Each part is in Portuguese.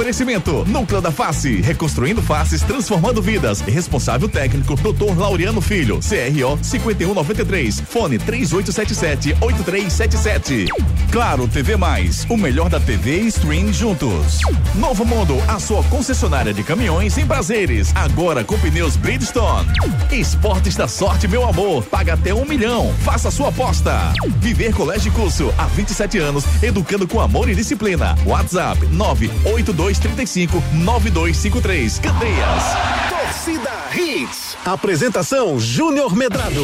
Oferecimento: Núcleo da Face, reconstruindo faces, transformando vidas. Responsável técnico: Dr. Laureano Filho, CRO 5193, fone 3877-8377. Claro TV Mais, o melhor da TV e stream juntos. Novo Mundo, a sua concessionária de caminhões em prazeres, agora com pneus Bridgestone. Esportes da Sorte, meu amor, paga até 1 milhão, faça sua aposta. Viver Colégio e Curso, há 27 anos, educando com amor e disciplina. WhatsApp 98235-9253. Candeias. Torcida Hits. Apresentação: Júnior Medrado.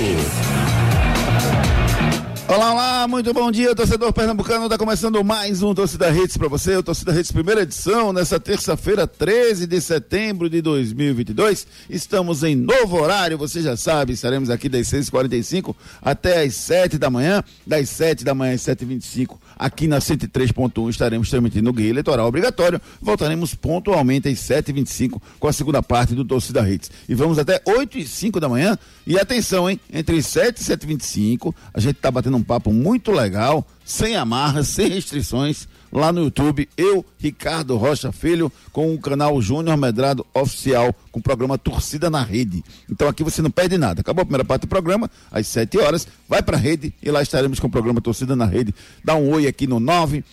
Olá, olá, muito bom dia, torcedor pernambucano. Tá começando mais um Torcida Hits pra você, o Torcida Hits primeira edição, nessa terça-feira, 13 de setembro de 2022. Estamos em novo horário, você já sabe, estaremos aqui das 6h45 até as 7 da manhã, das 7 da manhã às 7h25, aqui na 103.1 estaremos transmitindo o Guia Eleitoral Obrigatório. Voltaremos pontualmente às 7h25 com a segunda parte do Torcida Hits. E vamos até 8h05 da manhã. E atenção, hein? Entre 7 e 7h25, a gente tá batendo um papo muito legal, sem amarras, sem restrições, lá no YouTube, eu, Ricardo Rocha Filho, com o canal Júnior Medrado Oficial, com o programa Torcida na Rede. Então aqui você não perde nada. Acabou a primeira parte do programa, às 7 horas, vai pra rede e lá estaremos com o programa Torcida na Rede. Dá um oi aqui no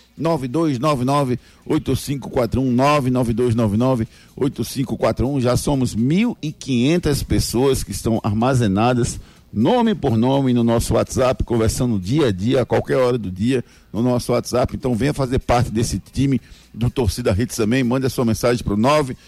99299-8541, 99299-8541. Já somos 1.500 pessoas que estão armazenadas nome por nome no nosso WhatsApp, conversando dia a dia, a qualquer hora do dia no nosso WhatsApp. Então venha fazer parte desse time do Torcida Hits também, mande a sua mensagem para o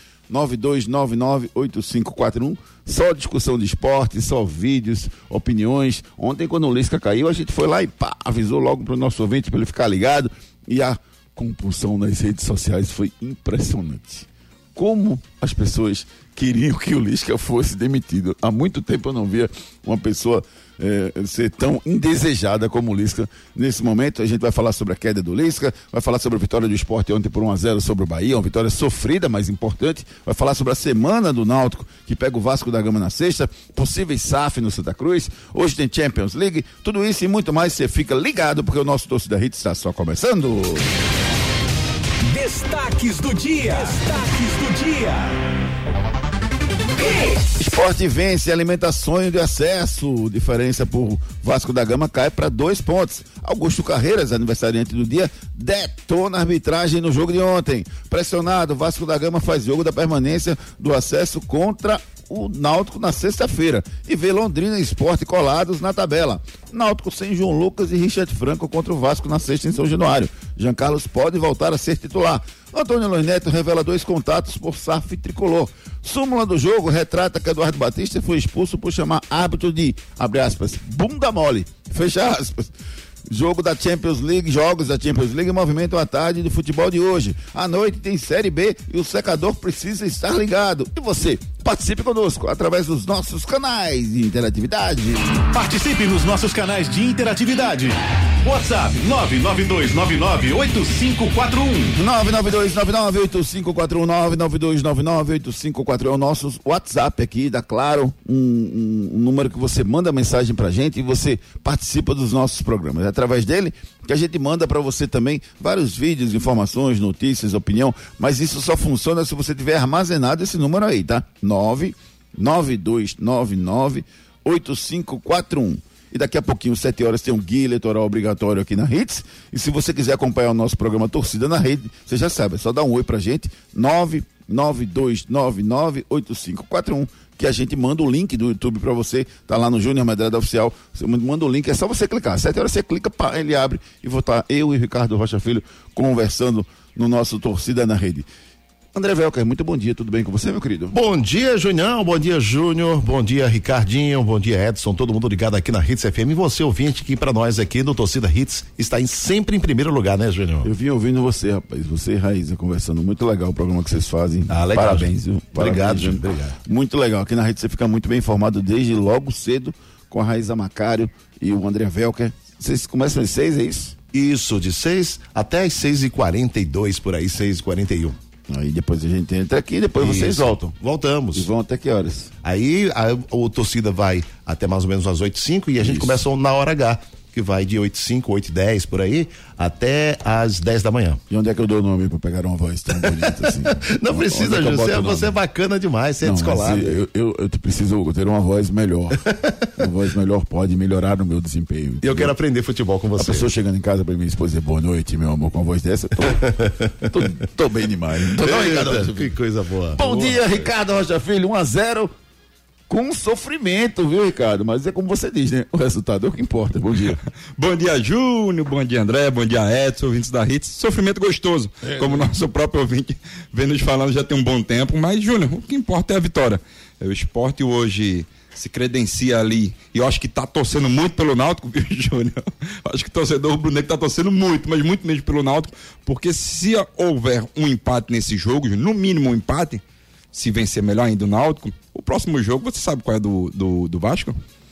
99299-8541. Só discussão de esporte, só vídeos, opiniões. Ontem, quando o Lisca caiu, a gente foi lá e avisou logo para o nosso ouvinte para ele ficar ligado, e a compulsão nas redes sociais foi impressionante. Como as pessoas queriam que o Lisca fosse demitido. Há muito tempo eu não via uma pessoa ser tão indesejada como o Lisca nesse momento. A gente vai falar sobre a queda do Lisca, vai falar sobre a vitória do Sport ontem por 1-0 sobre o Bahia, uma vitória sofrida, mas importante. Vai falar sobre a semana do Náutico, que pega o Vasco da Gama na sexta, possíveis SAF no Santa Cruz, hoje tem Champions League, tudo isso e muito mais. Você fica ligado, porque o nosso Torcida Hits está só começando. Destaques do dia. Destaques do dia. Sport vence, alimenta sonho de acesso. Diferença por Vasco da Gama cai para 2 pontos. Augusto Carreiras, aniversariante do dia, detona a arbitragem no jogo de ontem. Pressionado, Vasco da Gama faz jogo da permanência do acesso contra o Náutico na sexta-feira e vê Londrina e Sport colados na tabela. Náutico sem João Lucas e Richard Franco contra o Vasco na sexta em São Januário. Jean Carlos pode voltar a ser titular. Antônio Luiz Neto revela 2 contatos por SAF tricolor. Súmula do jogo retrata que Eduardo Batista foi expulso por chamar árbitro de, abre aspas, bunda mole, fecha aspas. Jogo da Champions League, jogos da Champions League movimentam a tarde do futebol de hoje. À noite tem Série B e o secador precisa estar ligado. E você, participe conosco através dos nossos canais de interatividade. Participe nos nossos canais de interatividade. WhatsApp 99299-8541. 99299-8541 é o nosso WhatsApp aqui da Claro, um número que você manda mensagem pra gente e você participa dos nossos programas. É através dele que a gente manda para você também vários vídeos, informações, notícias, opinião, mas isso só funciona se você tiver armazenado esse número aí, tá? 99299-8541. E daqui a pouquinho, 7 horas, tem um guia eleitoral obrigatório aqui na Hits. E se você quiser acompanhar o nosso programa Torcida na Rede, você já sabe, é só dar um oi pra gente, 99299-8541, que a gente manda o link do YouTube pra você, tá lá no Júnior Medrado Oficial, você manda o link, é só você clicar, 7 horas você clica, pá, ele abre e vou estar eu e Ricardo Rocha Filho conversando no nosso Torcida na Rede. André Velker, muito bom dia, tudo bem com você, meu querido? Bom dia, Junião, bom dia, Júnior, bom dia, Ricardinho, bom dia, Edson, todo mundo ligado aqui na Hits FM, e você, ouvinte, que pra nós aqui no Torcida Hits está sempre em primeiro lugar, né, Júnior? Eu vim ouvindo você, rapaz, você e Raíza conversando, muito legal o programa que vocês fazem. Legal. Parabéns, viu? Obrigado, Júnior. Obrigado. Muito legal, aqui na Hits você fica muito bem informado desde logo cedo com a Raíza Macário e o André Velker. Vocês começam às 6, é isso? Isso, de 6 até às 6h42, por aí, 6h41. Aí depois a gente entra aqui e depois vocês voltam. Voltamos. E vão até que horas? Aí o Torcida vai até mais ou menos às 8h05 e a gente começa na hora H, que vai de 8h05, 8h10 por aí, até às 10 da manhã. E onde é que eu dou o nome pra pegar uma voz tão bonita assim? Não precisa, Júnior, você é bacana demais, você é descolado. Eu preciso ter uma voz melhor. Uma voz melhor pode melhorar o meu desempenho. Entendeu? Eu quero aprender futebol com você. A pessoa chegando em casa pra minha esposa dizer boa noite, meu amor, com a voz dessa, tô bem demais. Que coisa boa. Bom dia, Ricardo Rocha Filho, 1-0 com sofrimento, viu, Ricardo? Mas é como você diz, né? O resultado é o que importa. Bom dia. Bom dia, Júnior. Bom dia, André. Bom dia, Edson, ouvintes da Hits. Sofrimento gostoso, como o nosso próprio ouvinte vem nos falando já tem um bom tempo. Mas, Júnior, o que importa é a vitória. O Sport hoje se credencia ali, e eu acho que tá torcendo muito pelo Náutico, viu, Júnior? Acho que o torcedor rubro-negro tá torcendo muito, mas muito mesmo pelo Náutico, porque se houver um empate nesse jogo, no mínimo um empate, se vencer melhor ainda o Náutico, o próximo jogo, você sabe qual é do Vasco?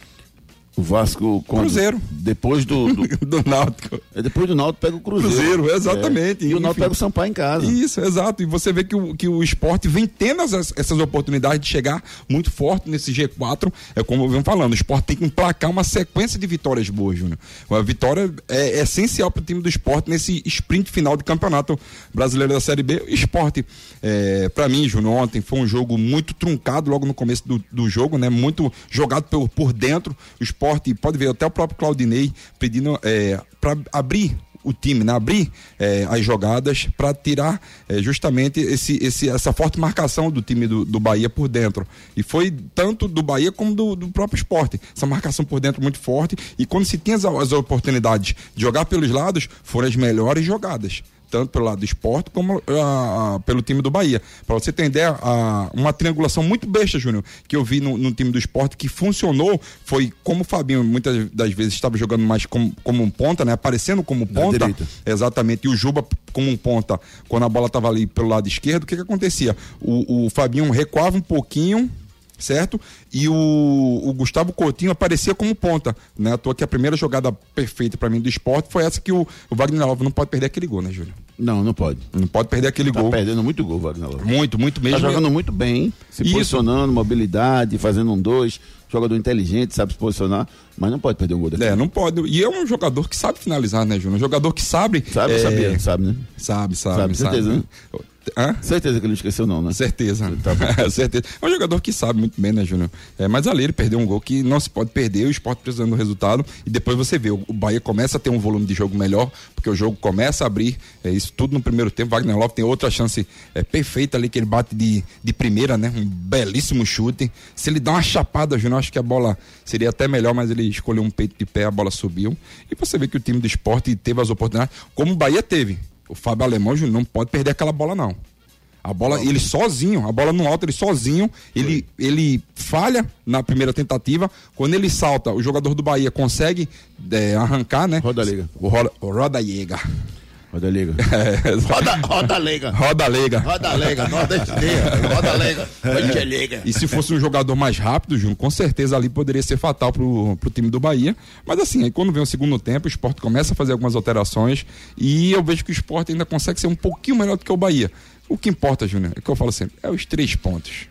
O Vasco Cruzeiro. Depois do Náutico. Depois do Náutico pega o Cruzeiro. Cruzeiro, exatamente. E o Náutico pega o Sampaio em casa. Isso, exato. E você vê que o Sport vem tendo essas oportunidades de chegar muito forte nesse G4. É como eu venho falando, o Sport tem que emplacar uma sequência de vitórias boas, Júnior. A vitória é essencial para o time do Sport nesse sprint final de campeonato brasileiro da Série B. O Sport, para mim, Júnior, ontem foi um jogo muito truncado logo no começo do jogo, né? Muito jogado por dentro. O Sport, pode ver até o próprio Claudinei pedindo para abrir o time, né? Abrir as jogadas para tirar justamente essa forte marcação do time do Bahia por dentro. E foi tanto do Bahia como do próprio Sport. Essa marcação por dentro muito forte, e quando se tinha as oportunidades de jogar pelos lados, foram as melhores jogadas, tanto pelo lado do Sport como pelo time do Bahia. Para você ter ideia, uma triangulação muito besta, Júnior, que eu vi no time do Sport, que funcionou, foi como o Fabinho muitas das vezes estava jogando mais como um ponta, né? Aparecendo como ponta. Exatamente. E o Juba como um ponta, quando a bola estava ali pelo lado esquerdo, o que acontecia? O Fabinho recuava um pouquinho, certo? E o Gustavo Coutinho aparecia como ponta, né? À toa que a primeira jogada perfeita pra mim do Sport foi essa, que o Wagner Love não pode perder aquele gol, né, Júlio? Não pode. Não pode perder aquele gol. Tá perdendo muito gol, Wagner Love. Muito mesmo. Tá jogando muito bem, se posicionando, mobilidade, fazendo 1-2, jogador inteligente, sabe se posicionar, mas não pode perder um gol daqui. Não pode. E é um jogador que sabe finalizar, né, Júnior? Um jogador que sabe... Sabe, né? Sabe, certeza, né? Certeza que ele não esqueceu não, né? Certeza. Certeza. É um jogador que sabe muito bem, né, Júnior? Mas ali ele perdeu um gol que não se pode perder, o Sport precisando do resultado, e depois você vê, o Bahia começa a ter um volume de jogo melhor, porque o jogo começa a abrir, isso tudo no primeiro tempo. Wagner Love tem outra chance perfeita ali, que ele bate de primeira, né? Um belíssimo chute. Se ele dá uma chapada, Júnior, acho que a bola seria até melhor, mas ele escolheu um peito de pé, a bola subiu, e você vê que o time do Sport teve as oportunidades, como o Bahia teve. O Fábio Alemão, Júnior, não pode perder aquela bola, não. A bola, ele sozinho, a bola no alto, ele sozinho, ele falha na primeira tentativa. Quando ele salta, o jogador do Bahia consegue arrancar, né? Roda Liga. Roda Liga. Roda Liga. Roda Liga. Roda Liga. Roda Liga. Roda Liga. E se fosse um jogador mais rápido, Júnior, com certeza ali poderia ser fatal pro time do Bahia. Mas assim, aí quando vem o segundo tempo, o Sport começa a fazer algumas alterações, e eu vejo que o Sport ainda consegue ser um pouquinho melhor do que o Bahia. O que importa, Júnior, é o que eu falo sempre, é os 3 pontos.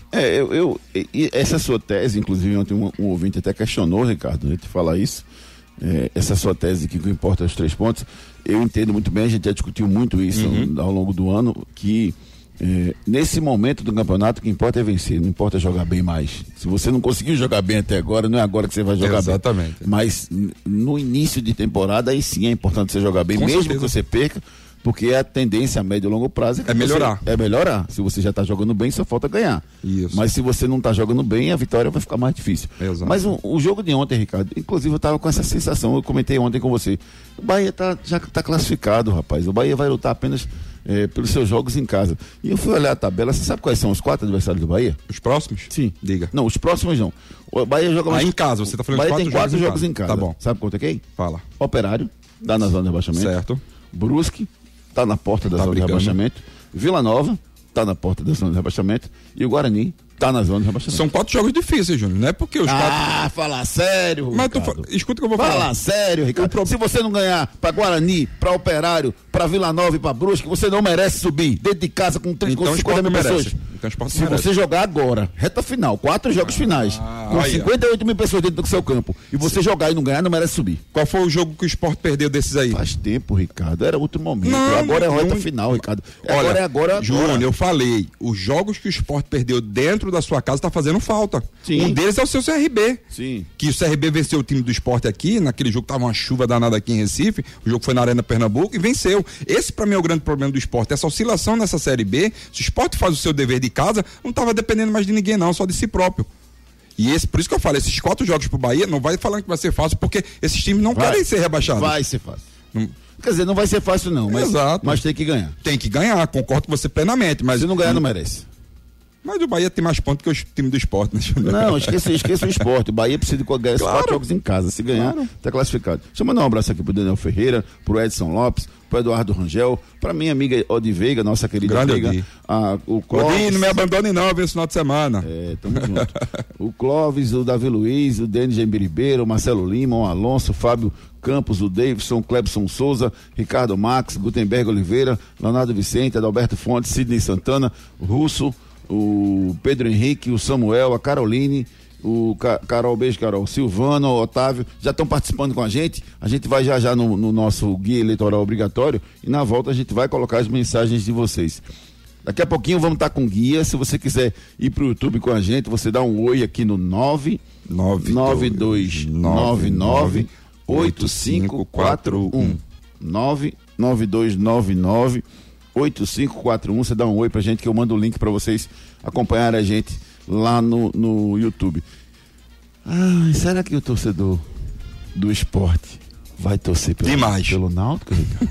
Essa sua tese, inclusive ontem um ouvinte até questionou, Ricardo, a gente falar isso, essa sua tese que o que importa é os 3 pontos, eu entendo muito bem, a gente já discutiu muito isso ao longo do ano, que nesse momento do campeonato o que importa é vencer, não importa jogar bem mais. Se você não conseguiu jogar bem até agora, não é agora que você vai jogar bem. Exatamente. Mas no início de temporada, aí sim é importante você jogar bem, mesmo que você perca, porque a tendência a médio e longo prazo é melhorar. É melhorar. Se você já está jogando bem, só falta ganhar. Isso. Mas se você não está jogando bem, a vitória vai ficar mais difícil. Exato. Mas o jogo de ontem, Ricardo, inclusive eu estava com essa sensação, eu comentei ontem com você. O Bahia já está classificado, rapaz. O Bahia vai lutar apenas pelos seus jogos em casa. E eu fui olhar a tabela, você sabe quais são os 4 adversários do Bahia? Os próximos? Sim. Diga. Não, os próximos não. O Bahia joga mais... em casa, você está falando de 4 jogos em casa. Bahia tem 4 jogos em casa. Tá bom. Sabe quanto é quem? Fala. Operário, tá na zona de rebaixamento. Certo. Brusque, tá na porta da zona de rebaixamento. Vila Nova tá na porta da zona de rebaixamento. E o Guarani tá na zona de rebaixamento. São 4 jogos difíceis, Júnior. Não é porque os 4... falar sério, mas escuta o que eu vou falar. Falar sério, Ricardo. Se você não ganhar pra Guarani, pra Operário, pra Vila Nova e pra Brusque, você não merece subir dentro de casa com 50 mil pessoas. Então o Sport Se você jogar agora, reta final, 4 jogos finais, com 58 mil pessoas dentro do seu campo, e você jogar e não ganhar, não merece subir. Qual foi o jogo que o Sport perdeu desses aí? Faz tempo, Ricardo. Era outro momento. Agora é a reta final, Ricardo. Agora. Júnior, eu falei, os jogos que o Sport perdeu dentro da sua casa tá fazendo falta. Sim. Um deles é o seu CRB. Sim. Que o CRB venceu o time do Sport aqui, naquele jogo tava uma chuva danada aqui em Recife, o jogo foi na Arena Pernambuco e venceu. Esse pra mim é o grande problema do Sport, essa oscilação nessa Série B. Se o Sport faz o seu dever de casa, não tava dependendo mais de ninguém não, só de si próprio. E por isso que eu falo, esses 4 jogos pro Bahia, não vai falando que vai ser fácil, porque esses times não querem ser rebaixados. Vai ser fácil. Quer dizer, não vai ser fácil não, mas tem que ganhar. Tem que ganhar, concordo com você plenamente, mas... Se não ganhar, não merece. Mas o Bahia tem mais pontos que o time do Sport, né? Não, esqueça o Sport. O Bahia precisa de ganhar esses 4 jogos em casa. Se ganhar, tá classificado. Deixa eu mandar um abraço aqui pro Daniel Ferreira, pro Edson Lopes, pro Eduardo Rangel, pra minha amiga Odi Veiga, nossa querida amiga. O Clóvis. Odi, não me abandone não, esse final de semana. Tamo junto. O Clóvis, o Davi Luiz, o Denis Jembiribeiro, o Marcelo Lima, o Alonso, o Fábio Campos, o Davidson, o Clebson Souza, Ricardo Max, Gutenberg Oliveira, Leonardo Vicente, Adalberto Fontes, Sidney Santana, o Russo, o Pedro Henrique, o Samuel, a Caroline, o Carol, beijo Carol, Silvano, o Otávio, já estão participando com a gente vai já no nosso guia eleitoral obrigatório e na volta a gente vai colocar as mensagens de vocês. Daqui a pouquinho vamos estar com guia, se você quiser ir pro YouTube com a gente, você dá um oi aqui no 99299 8541 99299 8541, você dá um oi pra gente que eu mando o link pra vocês acompanharem a gente lá no YouTube. Será que o torcedor do Sport vai torcer pelo Náutico, Ricardo?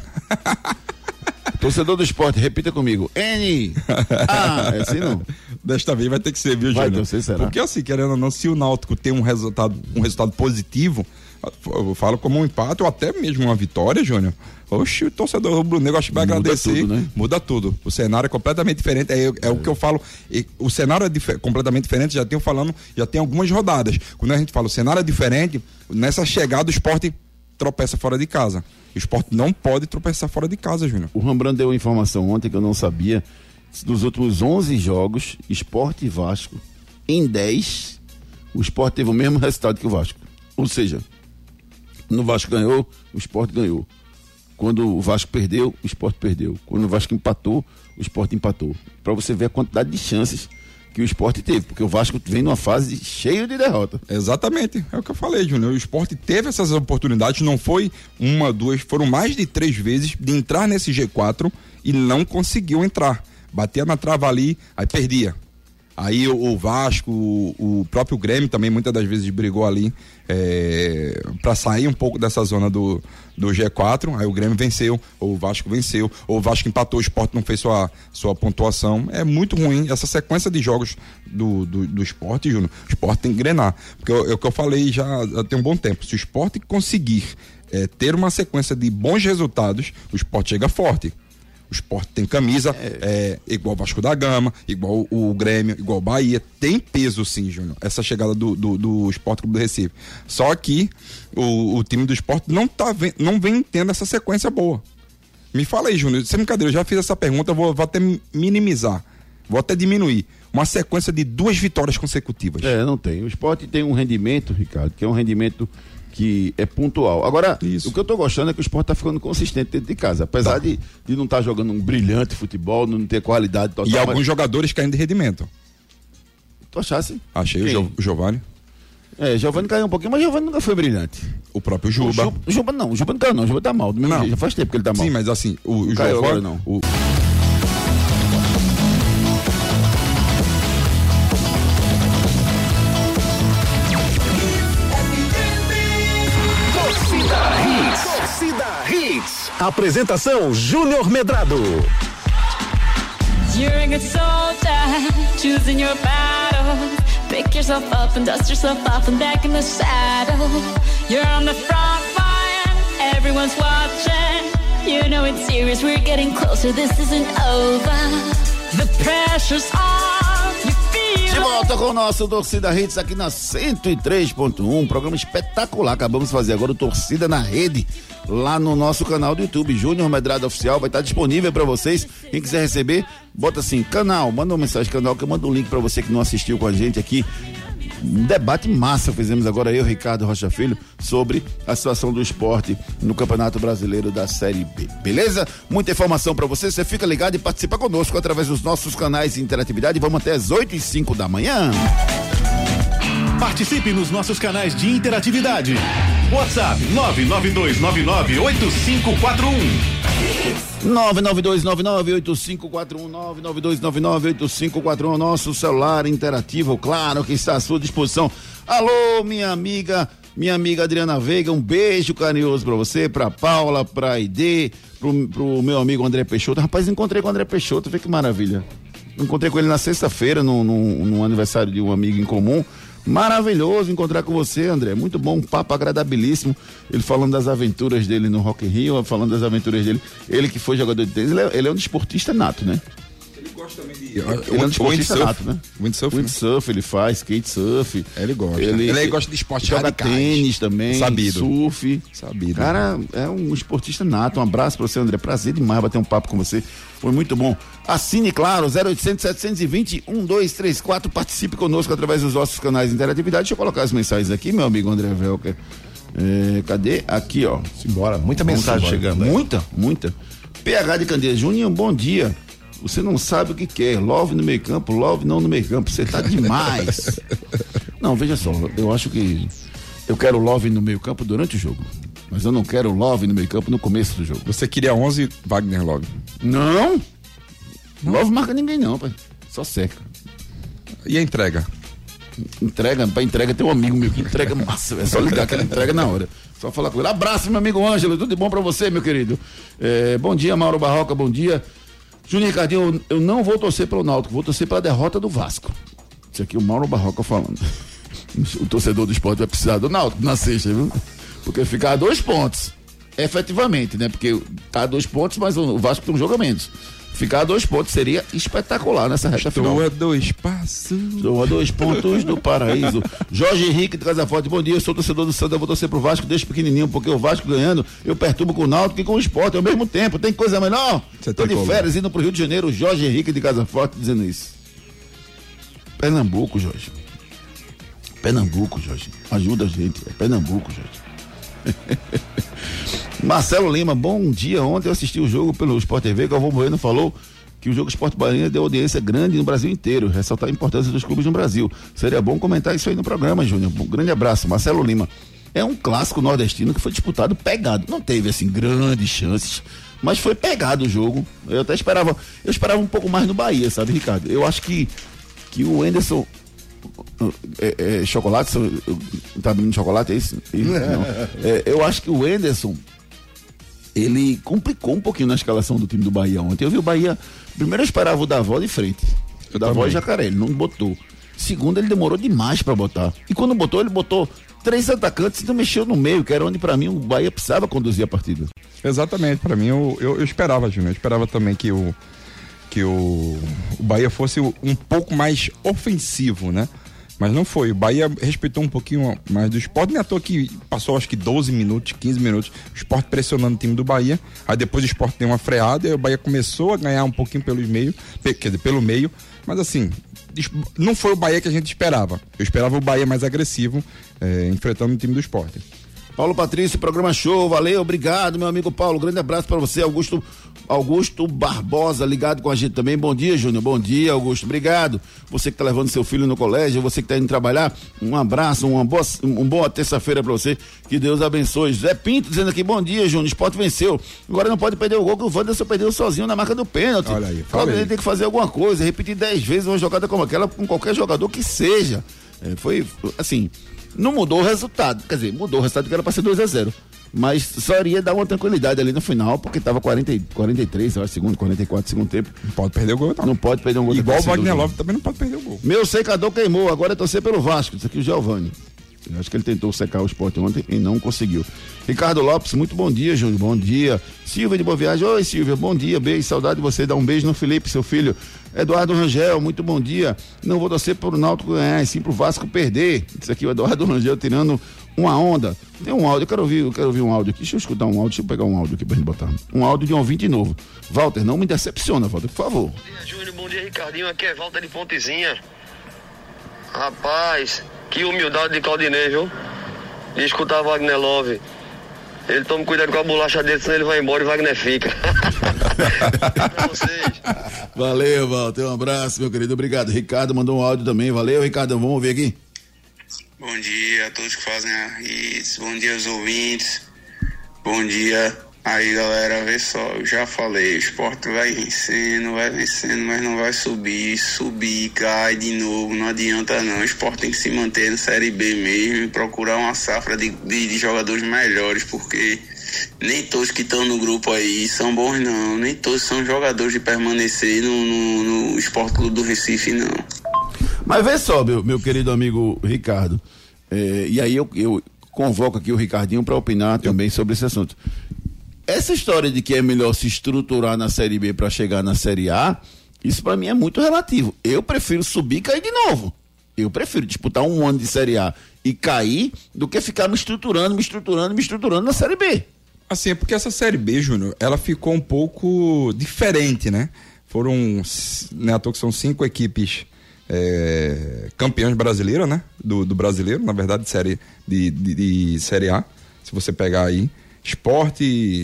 Torcedor do Sport, repita comigo. É assim não? Desta vez vai ter que ser, viu, Júnior? Vai torcer, será? Porque assim, querendo ou não, se o Náutico tem um resultado positivo, eu falo como um empate ou até mesmo uma vitória, Júnior. Oxe, o torcedor rubro-negro acho que vai agradecer. Tudo, né? Muda tudo. O cenário é completamente diferente. É o que eu falo. O cenário é completamente diferente. Já tem algumas rodadas. Quando a gente fala o cenário é diferente, nessa chegada o Sport tropeça fora de casa. O Sport não pode tropeçar fora de casa, Júnior. O Rembrandt deu informação ontem que eu não sabia. Dos últimos 11 jogos, Sport e Vasco, em 10, o Sport teve o mesmo resultado que o Vasco. Ou seja, no Vasco ganhou, o Sport ganhou. Quando o Vasco perdeu, o Sport perdeu. Quando o Vasco empatou, o Sport empatou. Para você ver a quantidade de chances que o Sport teve, porque o Vasco vem numa fase cheia de derrota. Exatamente, é o que eu falei, Júnior. O Sport teve essas oportunidades, não foi uma, duas, foram mais de 3 vezes de entrar nesse G4 e não conseguiu entrar. Batia na trava ali, aí perdia. Aí o Vasco, o próprio Grêmio também muitas das vezes brigou ali para sair um pouco dessa zona do G4, aí o Grêmio venceu, ou o Vasco venceu, ou o Vasco empatou, o Sport não fez sua pontuação. É muito ruim essa sequência de jogos do Sport, Júnior. O Sport tem que engrenar, porque é o que eu falei já tem um bom tempo. Se o Sport conseguir ter uma sequência de bons resultados, o Sport chega forte. O Sport tem camisa, igual o Vasco da Gama, igual o Grêmio, igual o Bahia. Tem peso sim, Júnior, essa chegada do Sport Clube do Recife. Só que o time do Sport não vem tendo essa sequência boa. Me fala aí, Júnior, sem brincadeira, eu já fiz essa pergunta, vou até minimizar, vou até diminuir. Uma sequência de 2 vitórias consecutivas. Não tem. O Sport tem um rendimento, Ricardo, que é um rendimento que é pontual. Agora, o que eu tô gostando é que o Sport tá ficando consistente dentro de casa, apesar de não estar jogando um brilhante futebol, não ter qualidade total. E alguns jogadores caindo de rendimento. Tu achasse? Achei. O Giovani. Giovani caiu um pouquinho, mas Giovani nunca foi brilhante. O próprio Juba. O Juba não caiu não, o Juba tá mal, do mesmo jeito, já faz tempo que ele tá mal. Sim, mas assim, o Giovani agora não. Apresentação Júnior Medrado. You're a good soldier, choosing your battle. Pick yourself up and dust yourself off and back in the saddle. You're on the front line, everyone's watching. You know it's serious, we're getting closer, this isn't over. The pressure's on, you feel volta com o nosso Torcida Hits aqui na 103.1, programa espetacular. Acabamos de fazer agora o Torcida na Rede, lá no nosso canal do YouTube, Júnior Medrado Oficial, vai estar disponível para vocês. Quem quiser receber, bota assim, canal, manda uma mensagem canal que eu mando um link para você que não assistiu com a gente aqui. Um debate massa fizemos agora, eu, Ricardo Rocha Filho, sobre a situação do esporte no Campeonato Brasileiro da Série B. Beleza? Muita informação pra você fica ligado e participa conosco através dos nossos canais de interatividade. Vamos até as 8h05 da manhã. Participe nos nossos canais de interatividade. WhatsApp 992998541. 992998541, 992998541, nosso celular interativo, claro, que está à sua disposição. Alô, minha amiga Adriana Veiga, um beijo carinhoso pra você, pra Paula, pra Aide, pro meu amigo André Peixoto. Rapaz, encontrei com o André Peixoto, vê que maravilha. Encontrei com ele na sexta-feira, no aniversário de um amigo em comum. Maravilhoso encontrar com você, André, muito bom, um papo agradabilíssimo, ele falando das aventuras dele no Rock in Rio, falando das aventuras dele, ele que foi jogador de tênis, ele é um desportista nato, né? Ele gosta também de... Ele é um desportista nato, né? Windsurf, ele faz, skate surf. Ele gosta. Ele gosta de esportes radicais. Joga tênis também, sabido. Surf. Sabido. Cara, é um esportista nato, um abraço pra você, André, prazer demais bater um papo com você. Foi muito bom. Assine, claro, 0800 720 1234. Participe conosco através dos nossos canais de interatividade. Deixa eu colocar as mensagens aqui, meu amigo André Velker. Cadê? Aqui, ó. Simbora. Muita mensagem chegando. Muita. PH de Candeias Júnior, bom dia. Você não sabe o que quer. Love no meio campo, love não no meio campo. Você tá demais. Não, veja só. Eu acho que eu quero love no meio campo durante o jogo. Mas eu não quero love no meio campo no começo do jogo. Você queria 11 Wagner Love? Não. Love marca ninguém não, pai. Só seca. E a entrega? Pra entrega tem um amigo meu que entrega massa. É só ligar que ele entrega na hora. Só falar com ele. Abraço, meu amigo Ângelo. Tudo de bom pra você, meu querido. Bom dia, Mauro Barroca. Bom dia. Júnior Ricardinho, eu não vou torcer pelo Náutico. Vou torcer pela derrota do Vasco. Isso aqui é o Mauro Barroca falando. O torcedor do esporte vai precisar do Náutico na sexta, viu? Porque ficar a 2 pontos, efetivamente, né? Porque tá a 2 pontos, mas o Vasco tem um jogo a menos. Ficar a 2 pontos seria espetacular nessa reta final. Estou a 2 passos. Estou a 2 pontos do paraíso. Jorge Henrique de Casa Forte, bom dia, eu sou torcedor do Santa, eu vou torcer pro Vasco desde pequenininho, porque o Vasco ganhando, eu perturbo com o Náutico e com o Esporte ao mesmo tempo. Tem coisa melhor? Tô de férias indo pro Rio de Janeiro, Jorge Henrique de Casa Forte dizendo isso. Pernambuco, Jorge. Ajuda a gente. É Pernambuco, Jorge. Marcelo Lima, bom dia. Ontem eu assisti o jogo pelo Sport TV. Galvão Bueno falou que o jogo Sport Bahia deu audiência grande no Brasil inteiro, ressaltar a importância dos clubes no Brasil. Seria bom comentar isso aí no programa, Júnior. Um grande abraço, Marcelo Lima. É um clássico nordestino que foi disputado pegado, não teve assim grandes chances, mas foi pegado o jogo. Eu até esperava um pouco mais no Bahia, sabe, Ricardo? Eu acho que o Anderson chocolate, tá abrindo chocolate, é isso? Não. Eu acho que o Anderson, ele complicou um pouquinho na escalação do time do Bahia ontem. Eu vi o Bahia, primeiro eu esperava o Davó de frente, o Davó e Jacaré, ele não botou. Segundo, ele demorou demais pra botar, e quando botou, ele botou 3 atacantes e não mexeu no meio, que era onde pra mim o Bahia precisava conduzir a partida. Exatamente, pra mim eu esperava, Júnior, eu esperava também que o Bahia fosse um pouco mais ofensivo, né? Mas não foi. O Bahia respeitou um pouquinho mais do Sport. Nem à toa que passou acho que 12 minutos, 15 minutos, o Sport pressionando o time do Bahia. Aí depois o Sport deu uma freada e o Bahia começou a ganhar um pouquinho pelo meio. Mas assim, não foi o Bahia que a gente esperava. Eu esperava o Bahia mais agressivo, enfrentando o time do Sport. Paulo Patrício, programa show, valeu, obrigado, meu amigo Paulo, grande abraço pra você, Augusto Barbosa, ligado com a gente também. Bom dia, Júnior, bom dia, Augusto, obrigado. Você que tá levando seu filho no colégio, você que tá indo trabalhar, um abraço, uma boa terça-feira pra você, que Deus abençoe. Zé Pinto dizendo aqui, bom dia, Júnior, o Sport venceu, agora não pode perder o gol que o Wanderson perdeu sozinho na marca do pênalti. Olha aí, ele tem que fazer alguma coisa, repetir 10 vezes uma jogada como aquela com qualquer jogador que seja. Foi assim, não mudou o resultado, quer dizer, mudou o resultado que era pra ser 2-0, mas só iria dar uma tranquilidade ali no final, porque tava 43, eu acho, 44 segundo tempo. Não pode perder o gol, não. Não pode perder um gol. Igual o Wagner Love também não pode perder o gol. Meu secador queimou, agora é torcer pelo Vasco, isso aqui é o Giovani. Acho que ele tentou secar o Sport ontem e não conseguiu. Ricardo Lopes, muito bom dia, Júnior, bom dia. Silvia de Boa Viagem, oi Silvia, bom dia, beijo, saudade de você, dá um beijo no Felipe, seu filho. Eduardo Rangel, muito bom dia. Não vou torcer pro Náutico ganhar, e sim pro Vasco perder. Isso aqui é o Eduardo Rangel tirando uma onda. Tem um áudio, eu quero ouvir um áudio aqui. Deixa eu escutar um áudio, deixa eu pegar um áudio aqui pra gente botar. Um áudio de um ouvinte novo. Walter, não me decepciona, Walter, por favor. Bom dia, Júnior, bom dia, Ricardinho. Aqui é Walter de Pontezinha. Rapaz, que humildade de Claudinei, viu? De escutar Wagner Love. Ele toma cuidado com a bolacha dele, senão ele vai embora e Wagner fica. Pra vocês. Valeu, Walter, um abraço, meu querido, obrigado. Ricardo mandou um áudio também, valeu, Ricardo, vamos ouvir aqui. Bom dia a todos que fazem a Hits, bom dia aos ouvintes, bom dia. Aí galera, vê só, eu já falei, o Sport vai vencendo, mas não vai subir, cai de novo, não adianta não, o Sport tem que se manter na Série B mesmo e procurar uma safra de jogadores melhores, porque nem todos que estão no grupo aí são bons não, nem todos são jogadores de permanecer no Sport Clube do Recife não. Mas vê só, meu querido amigo Ricardo, e aí eu convoco aqui o Ricardinho para opinar também sobre esse assunto. Essa história de que é melhor se estruturar na Série B para chegar na Série A, isso para mim é muito relativo. Eu prefiro subir e cair de novo. Eu prefiro disputar um ano de Série A e cair do que ficar me estruturando na Série B. Assim, é porque essa Série B, Júnior, ela ficou um pouco diferente, né? Foram, né, à toa que são 5 equipes campeãs brasileiras, né? Do brasileiro, na verdade, de Série A. Se você pegar aí, Sport,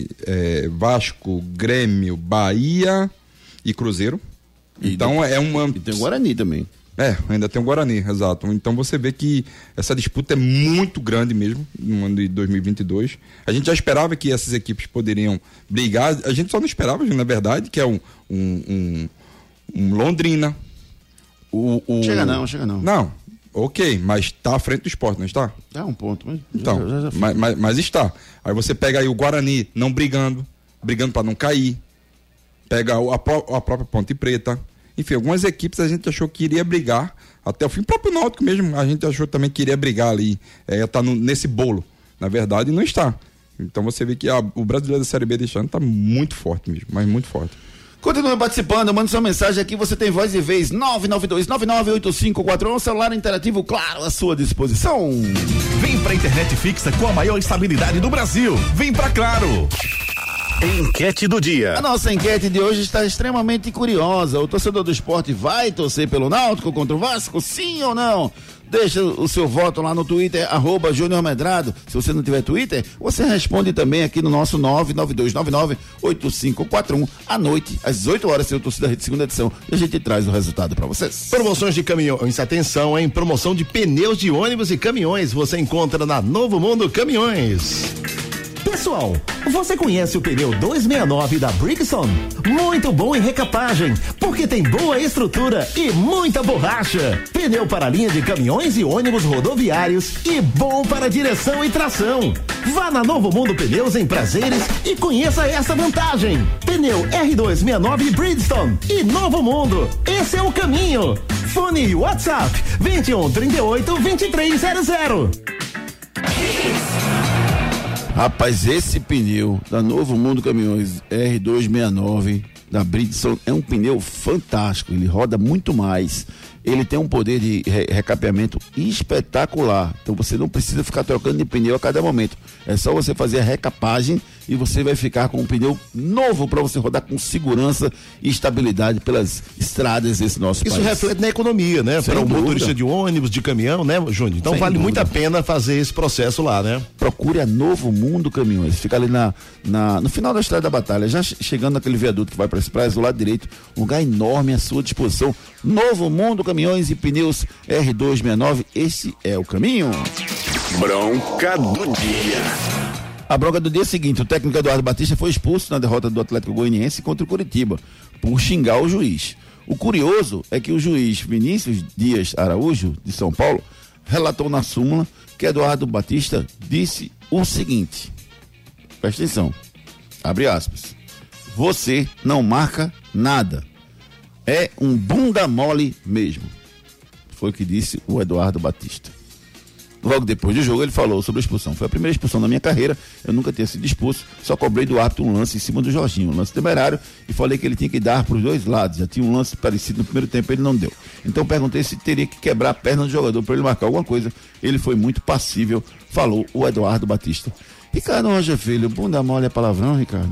Vasco, Grêmio, Bahia e Cruzeiro. Então é uma... E tem o Guarani também. Ainda tem o Guarani, exato. Então você vê que essa disputa é muito grande mesmo no ano de 2022. A gente já esperava que essas equipes poderiam brigar. A gente só não esperava, na verdade, que é um Londrina. Chega não. Não, ok, mas está à frente do Sport, não está? É um ponto, mas então, mas está. Aí você pega aí o Guarani não brigando para não cair. Pega a própria Ponte Preta. Enfim, algumas equipes a gente achou que iria brigar até o fim. O próprio Náutico mesmo, a gente achou também que iria brigar ali, tá nesse bolo. Na verdade, não está. Então você vê que o brasileiro da Série B deste ano está muito forte mesmo, mas muito forte. Continue participando, mande sua mensagem aqui, você tem voz e vez, 992-998541, celular interativo, claro, à sua disposição. Vem pra internet fixa com a maior estabilidade do Brasil. Vem pra Claro. Enquete do dia. A nossa enquete de hoje está extremamente curiosa. O torcedor do Sport vai torcer pelo Náutico contra o Vasco, sim ou não? Deixa o seu voto lá no Twitter, @Júnior Medrado. Se você não tiver Twitter, você responde também aqui no nosso 992998541 à noite, às 18 horas, seu Torcida Rede, segunda edição, e a gente traz o resultado para vocês. Promoções de caminhões, atenção, hein? Promoção de pneus de ônibus e caminhões, você encontra na Novo Mundo Caminhões. Pessoal, você conhece o pneu 269 da Brixton? Muito bom em recapagem, porque tem boa estrutura e muita borracha. Pneu para a linha de caminhões e ônibus rodoviários e bom para direção e tração. Vá na Novo Mundo Pneus em Prazeres e conheça essa vantagem. Pneu R269 Bridgestone e Novo Mundo. Esse é o caminho. Fone e WhatsApp 2138-2300. Rapaz, esse pneu da Novo Mundo Caminhões R269 da Bridgestone é um pneu fantástico, ele roda muito mais, ele tem um poder de recapeamento espetacular, então você não precisa ficar trocando de pneu a cada momento, é só você fazer a recapagem e você vai ficar com um pneu novo para você rodar com segurança e estabilidade pelas estradas desse nosso país. Isso reflete na economia, né? Para o motorista de ônibus, de caminhão, né, Júnior? Então vale muito a pena fazer esse processo lá, né? Procure a Novo Mundo Caminhões, fica ali no final da Estrada da Batalha, já chegando naquele viaduto que vai para as praias, do lado direito, um lugar enorme à sua disposição. Novo Mundo Caminhões e Pneus R269, esse é o caminho. Bronca do dia. A bronca do dia é a seguinte: o técnico Eduardo Batista foi expulso na derrota do Atlético Goianiense contra o Curitiba por xingar o juiz. O curioso é que o juiz Vinícius Dias Araújo, de São Paulo, relatou na súmula que Eduardo Batista disse o seguinte, presta atenção, abre aspas: você não marca nada, é um bunda mole mesmo. Foi o que disse o Eduardo Batista. Logo depois do jogo ele falou sobre a expulsão. Foi a primeira expulsão da minha carreira, eu nunca tinha sido expulso, só cobrei do árbitro um lance em cima do Jorginho, um lance temerário, e falei que ele tinha que dar para os dois lados. Já tinha um lance parecido no primeiro tempo, ele não deu. Então perguntei se teria que quebrar a perna do jogador para ele marcar alguma coisa. Ele foi muito passível, falou o Eduardo Batista. Ricardo Rocha Filho, bunda mole é palavrão, Ricardo?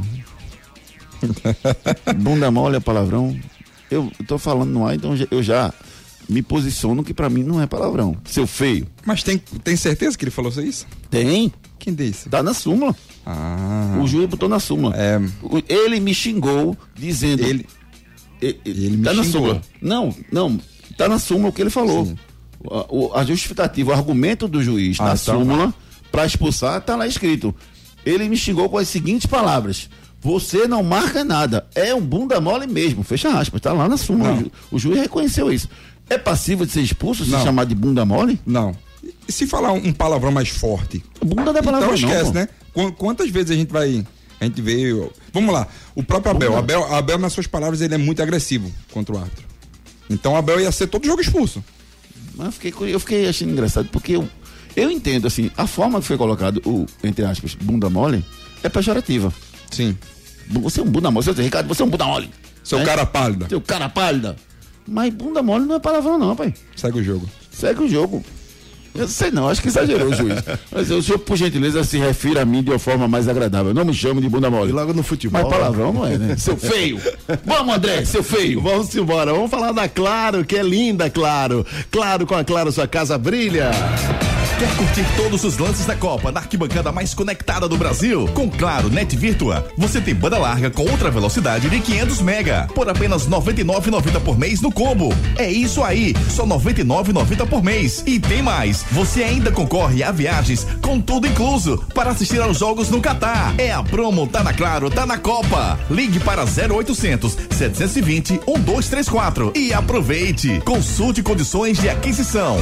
Bunda mole é palavrão? Eu tô falando no ar, então eu já me posiciono que pra mim não é palavrão. Seu feio. Mas tem certeza que ele falou isso? Tem. Quem disse? Tá na súmula. Ah. O juiz botou na súmula. Ele me xingou dizendo... Ele me tá xingou. Na súmula. Não, tá na súmula o que ele falou. A justificativa, o argumento do juiz na súmula pra expulsar, tá lá escrito. Ele me xingou com as seguintes palavras: você não marca nada, é um bunda mole mesmo, fecha aspas, tá lá na súmula. O juiz reconheceu isso. É passível de ser expulso se chamar de bunda mole? Não. E se falar um palavrão mais forte? Bunda não é palavrão, então esquece, não, né? Quantas vezes a gente vê... Vamos lá, o próprio Abel, nas suas palavras, ele é muito agressivo contra o árbitro. Então o Abel ia ser todo jogo expulso. Mas eu fiquei achando engraçado, porque eu entendo, assim, a forma que foi colocado entre aspas, bunda mole, é pejorativa. Sim. Você é um bunda mole, Ricardo, você é um bunda mole. Seu cara pálida. Seu cara pálida. Mas bunda mole não é palavrão não, pai. Segue o jogo. Eu sei não, acho que exagerou o juiz. Mas o senhor, por gentileza, se refira a mim de uma forma mais agradável. Não me chame de bunda mole. E logo no futebol. Mas palavrão não é, né? Seu feio. Vamos, André, seu feio. Vamos embora. Vamos falar da Claro, que é linda, Claro. Claro, com a Claro sua casa brilha. Quer curtir todos os lances da Copa na arquibancada mais conectada do Brasil? Com Claro Net Virtua, você tem banda larga com ultra velocidade de 500 mega por apenas R$ 99,90 por mês no combo. É isso aí, só R$ 99,90 por mês. E tem mais, você ainda concorre a viagens com tudo incluso para assistir aos jogos no Catar. É a promo Tá na Claro, tá na Copa. Ligue para 0800 720 1234 e aproveite. Consulte condições de aquisição.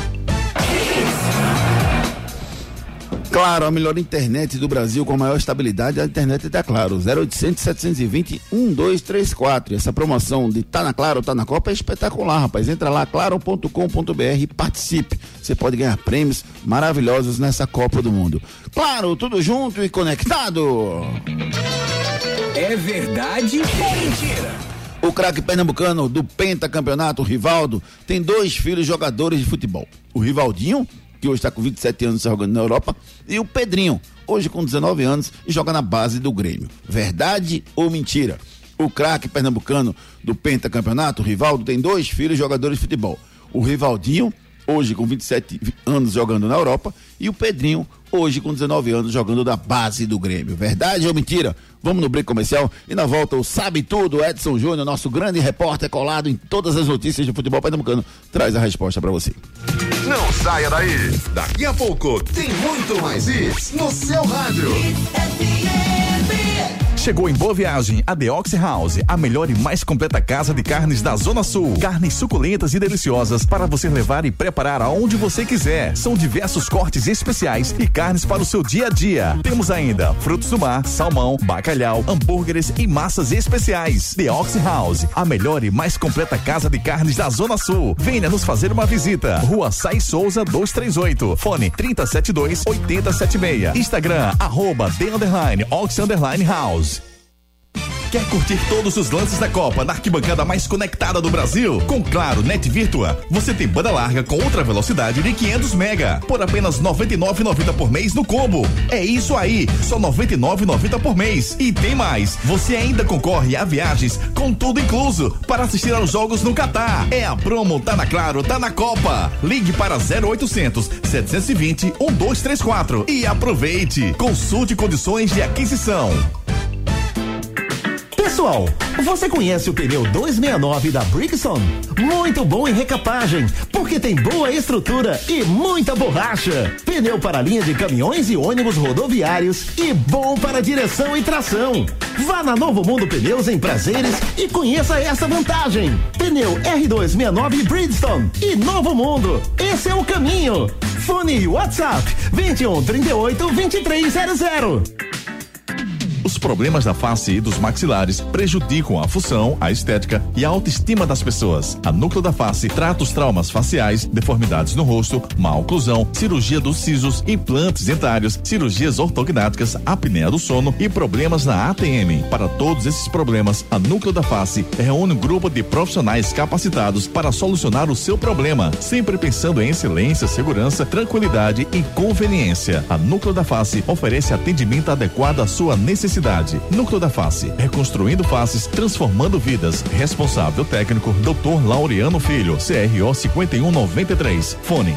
Claro, a melhor internet do Brasil com maior estabilidade é a internet da Claro, 0800 720 1234. Essa promoção de Tá na Claro, tá na Copa é espetacular, rapaz. Entra lá, claro.com.br e participe. Você pode ganhar prêmios maravilhosos nessa Copa do Mundo. Claro, tudo junto e conectado. É verdade ou mentira? O craque pernambucano do pentacampeonato, Rivaldo, tem 2 filhos jogadores de futebol. O Rivaldinho, que hoje está com 27 anos jogando na Europa, e o Pedrinho, hoje com 19 anos e joga na base do Grêmio. Verdade ou mentira? O craque pernambucano do pentacampeonato, Rivaldo, tem 2 filhos jogadores de futebol. O Rivaldinho, hoje com 27 anos jogando na Europa, e o Pedrinho, hoje com 19 anos jogando na base do Grêmio. Verdade ou mentira? Vamos no break comercial e na volta o Sabe Tudo, Edson Júnior, nosso grande repórter colado em todas as notícias de futebol pernambucano, traz a resposta para você. Não saia daí. Daqui a pouco tem muito mais isso no seu rádio. Chegou em Boa Viagem a The Ox House, a melhor e mais completa casa de carnes da Zona Sul. Carnes suculentas e deliciosas para você levar e preparar aonde você quiser. São diversos cortes especiais e carnes para o seu dia a dia. Temos ainda frutos do mar, salmão, bacalhau, hambúrgueres e massas especiais. The Ox House, a melhor e mais completa casa de carnes da Zona Sul. Venha nos fazer uma visita. Rua Sai Souza 238. Fone 3072-8076. Instagram, @the_Ox_House. Quer curtir todos os lances da Copa na arquibancada mais conectada do Brasil? Com Claro Net Virtua, você tem banda larga com ultra velocidade de 500 mega por apenas R$ 99,90 por mês no combo. É isso aí, só R$ 99,90 por mês. E tem mais, você ainda concorre a viagens com tudo incluso para assistir aos jogos no Catar. É a promo Tá na Claro, tá na Copa. Ligue para 0800 720 1234 e aproveite. Consulte condições de aquisição. Pessoal, você conhece o pneu 269 da Brixton? Muito bom em recapagem, porque tem boa estrutura e muita borracha. Pneu para a linha de caminhões e ônibus rodoviários e bom para direção e tração. Vá na Novo Mundo Pneus em Prazeres e conheça essa vantagem. Pneu R269 Bridgestone e Novo Mundo. Esse é o caminho. Fone e WhatsApp 21 38 2300. Os problemas da face e dos maxilares prejudicam a função, a estética e a autoestima das pessoas. A Núcleo da Face trata os traumas faciais, deformidades no rosto, má oclusão, cirurgia dos sisos, implantes dentários, cirurgias ortognáticas, apneia do sono e problemas na ATM. Para todos esses problemas, a Núcleo da Face reúne um grupo de profissionais capacitados para solucionar o seu problema, sempre pensando em excelência, segurança, tranquilidade e conveniência. A Núcleo da Face oferece atendimento adequado à sua necessidade. Núcleo da Face, reconstruindo faces, transformando vidas. Responsável técnico, Dr. Laureano Filho, CRO 5193. Fone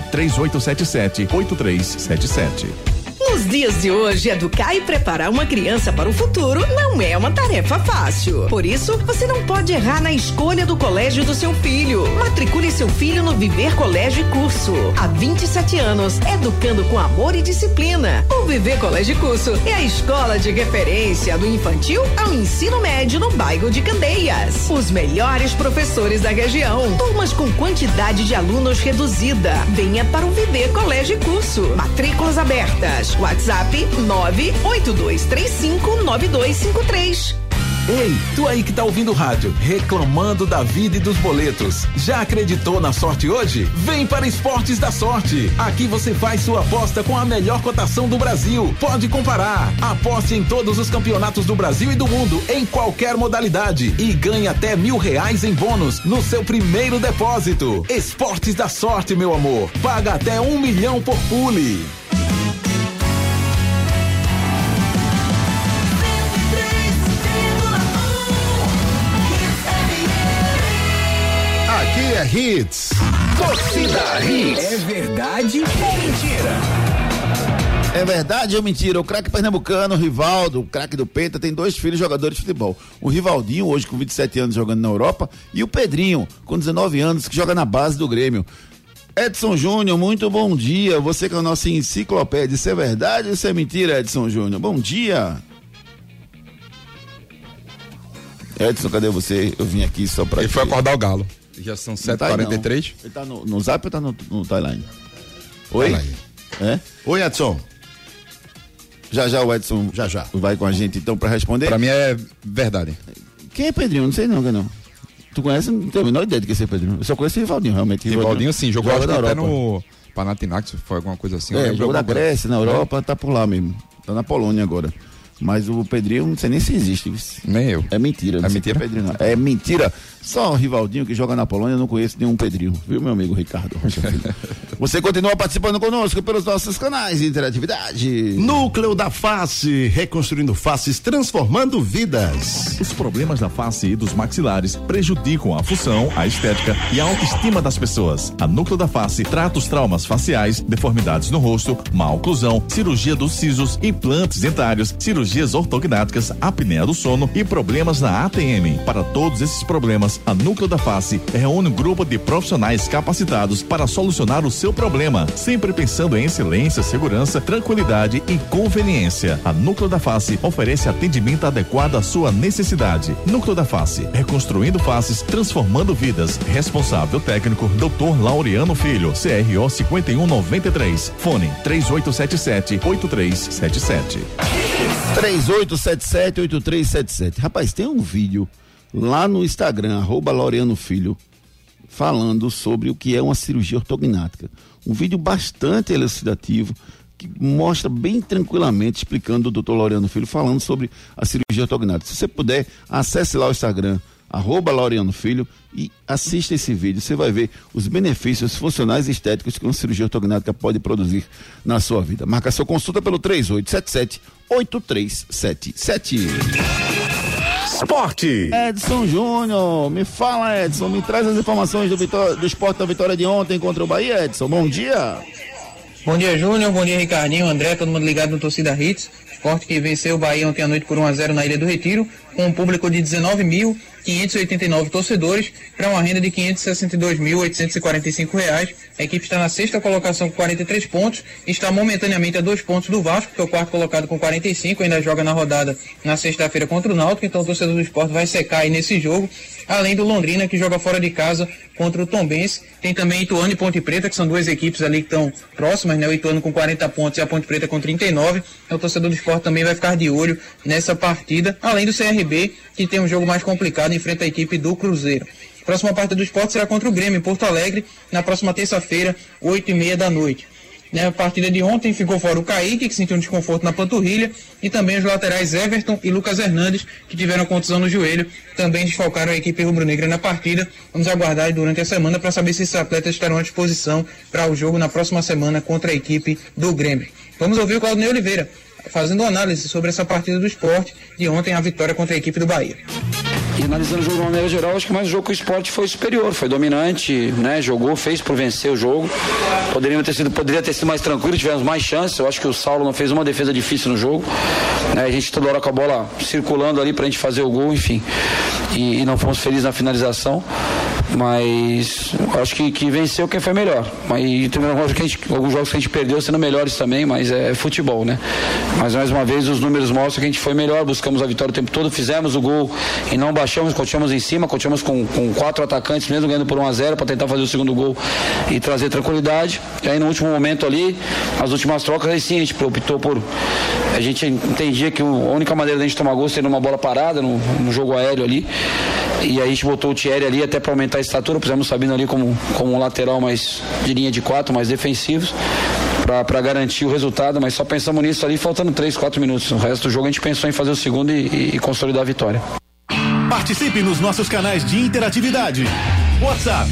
3877-8377. Nos dias de hoje, educar e preparar uma criança para o futuro não é uma tarefa fácil. Por isso, você não pode errar na escolha do colégio do seu filho. Matricule seu filho no Viver Colégio e Curso. Há 27 anos, educando com amor e disciplina. O Viver Colégio e Curso é a escola de referência do infantil ao ensino médio no bairro de Candeias. Os melhores professores da região. Turmas com quantidade de alunos reduzida. Venha para o Viver Colégio e Curso. Matrículas abertas. WhatsApp 982359253. Ei, tu aí que tá ouvindo o rádio, reclamando da vida e dos boletos. Já acreditou na sorte hoje? Vem para Esportes da Sorte. Aqui você faz sua aposta com a melhor cotação do Brasil. Pode comparar. Aposte em todos os campeonatos do Brasil e do mundo, em qualquer modalidade. E ganhe até R$1.000 em bônus no seu primeiro depósito. Esportes da Sorte, meu amor. Paga até R$1 milhão por pule. Aqui é Hits. Torcida Hits. É verdade ou mentira? É verdade ou mentira? O craque pernambucano, Rivaldo, o craque do Penta, tem 2 filhos jogadores de futebol. O Rivaldinho, hoje com 27 anos jogando na Europa, e o Pedrinho, com 19 anos, que joga na base do Grêmio. Edson Júnior, muito bom dia. Você que é o nosso enciclopédia. Isso é verdade ou isso é mentira, Edson Júnior? Bom dia. Edson, cadê você? Eu vim aqui só pra... Ele foi acordar o Galo. Já são 7h43. Ele tá no Zap ou tá no timeline? Oi? Timeline. É? Oi, Edson. Já o Edson já vai com a gente então pra responder. Pra mim é verdade. Quem é Pedrinho? Não sei não, não. Tu conhece? Não tenho a menor ideia de quem é Pedrinho. Eu só conheço o Rivaldinho, realmente. Rivaldinho sim, jogou até Europa. no Panathinaikos, foi alguma coisa assim. Jogou da Grécia, na Europa, tá por lá mesmo. Tá na Polônia agora. Mas o Pedrinho, não sei nem se existe. Nem eu. É mentira. É mentira? Pedrinho, não. É mentira. Só o Rivaldinho que joga na Polônia, eu não conheço nenhum Pedrinho. Viu, meu amigo Ricardo? Você continua participando conosco pelos nossos canais de interatividade. Núcleo da Face, reconstruindo faces, transformando vidas. Os problemas da face e dos maxilares prejudicam a função, a estética e a autoestima das pessoas. A Núcleo da Face trata os traumas faciais, deformidades no rosto, má oclusão, cirurgia dos sisos, implantes dentários, cirurgias ortognáticas, apneia do sono e problemas na ATM. Para todos esses problemas, a Núcleo da Face reúne um grupo de profissionais capacitados para solucionar o seu problema, sempre pensando em excelência, segurança, tranquilidade e conveniência. A Núcleo da Face oferece atendimento adequado à sua necessidade. Núcleo da Face, reconstruindo faces, transformando vidas. Responsável técnico, Dr. Laureano Filho, CRO 5193. Fone 3877-8377. 3877-8377. Rapaz, tem um vídeo lá no Instagram, @Laureano Filho, falando sobre o que é uma cirurgia ortognática. Um vídeo bastante elucidativo, que mostra bem tranquilamente, explicando o Dr. Laureano Filho, falando sobre a cirurgia ortognática. Se você puder, acesse lá o Instagram, @Laureano Filho, e assista esse vídeo. Você vai ver os benefícios funcionais e estéticos que uma cirurgia ortognática pode produzir na sua vida. Marca sua consulta pelo 3877-8377. Esporte. Edson Júnior, me fala, Edson, me traz as informações do Esporte da vitória de ontem contra o Bahia, Edson. Bom dia. Bom dia, Júnior. Bom dia, Ricardinho, André, todo mundo ligado no Torcida Hits. Esporte que venceu o Bahia ontem à noite por 1-0 na Ilha do Retiro, com um público de 19.589 torcedores, para uma renda de R$ 562.845. A equipe está na 6ª colocação com 43 pontos e está momentaneamente a 2 pontos do Vasco, que é o 4º colocado com 45, ainda joga na rodada na sexta-feira contra o Náutico, então o torcedor do Esporte vai secar aí nesse jogo além do Londrina, que joga fora de casa contra o Tombense. Tem também Ituano e Ponte Preta, que são duas equipes ali que estão próximas, né? O Ituano com 40 pontos e a Ponte Preta com 39. Então o torcedor do Sport também vai ficar de olho nessa partida, além do CRB, que tem um jogo mais complicado, enfrenta a equipe do Cruzeiro. A próxima partida do Sport será contra o Grêmio, em Porto Alegre, na próxima terça-feira, 8h30 da noite. Na partida de ontem ficou fora o Kaique, que sentiu um desconforto na panturrilha, e também os laterais Everton e Lucas Hernandes, que tiveram contusão no joelho, também desfalcaram a equipe rubro-negra na partida. Vamos aguardar durante a semana para saber se esses atletas estarão à disposição para o jogo na próxima semana contra a equipe do Grêmio. Vamos ouvir o Claudinei Oliveira fazendo uma análise sobre essa partida do Sport de ontem, a vitória contra a equipe do Bahia. E analisando o jogo de uma maneira geral, acho que mais o jogo com o Sport foi superior, foi dominante, né? Jogou, fez por vencer o jogo. Poderia ter sido mais tranquilo, tivemos mais chances. Eu acho que o Saulo não fez uma defesa difícil no jogo, né? A gente toda hora com a bola circulando ali pra gente fazer o gol, enfim. E não fomos felizes na finalização. Mas acho que venceu quem foi melhor. Mas tem alguns jogos que a gente perdeu sendo melhores também, mas é futebol, né? Mas mais uma vez os números mostram que a gente foi melhor, buscamos a vitória o tempo todo, fizemos o gol e não baixamos, continuamos em cima, continuamos com 4 atacantes, mesmo ganhando por 1-0 para tentar fazer o segundo gol e trazer tranquilidade. E aí no último momento ali, as últimas trocas, aí sim a gente optou por... A gente entendia que a única maneira da gente tomar gol seria numa bola parada, no jogo aéreo ali. E aí a gente botou o Thierry ali até para aumentar a estatura, pusemos o Sabino ali como um lateral mais de linha de 4, mais defensivos, para garantir o resultado, mas só pensamos nisso ali faltando 3-4 minutos. O resto do jogo a gente pensou em fazer o segundo e consolidar a vitória. Participe nos nossos canais de interatividade. WhatsApp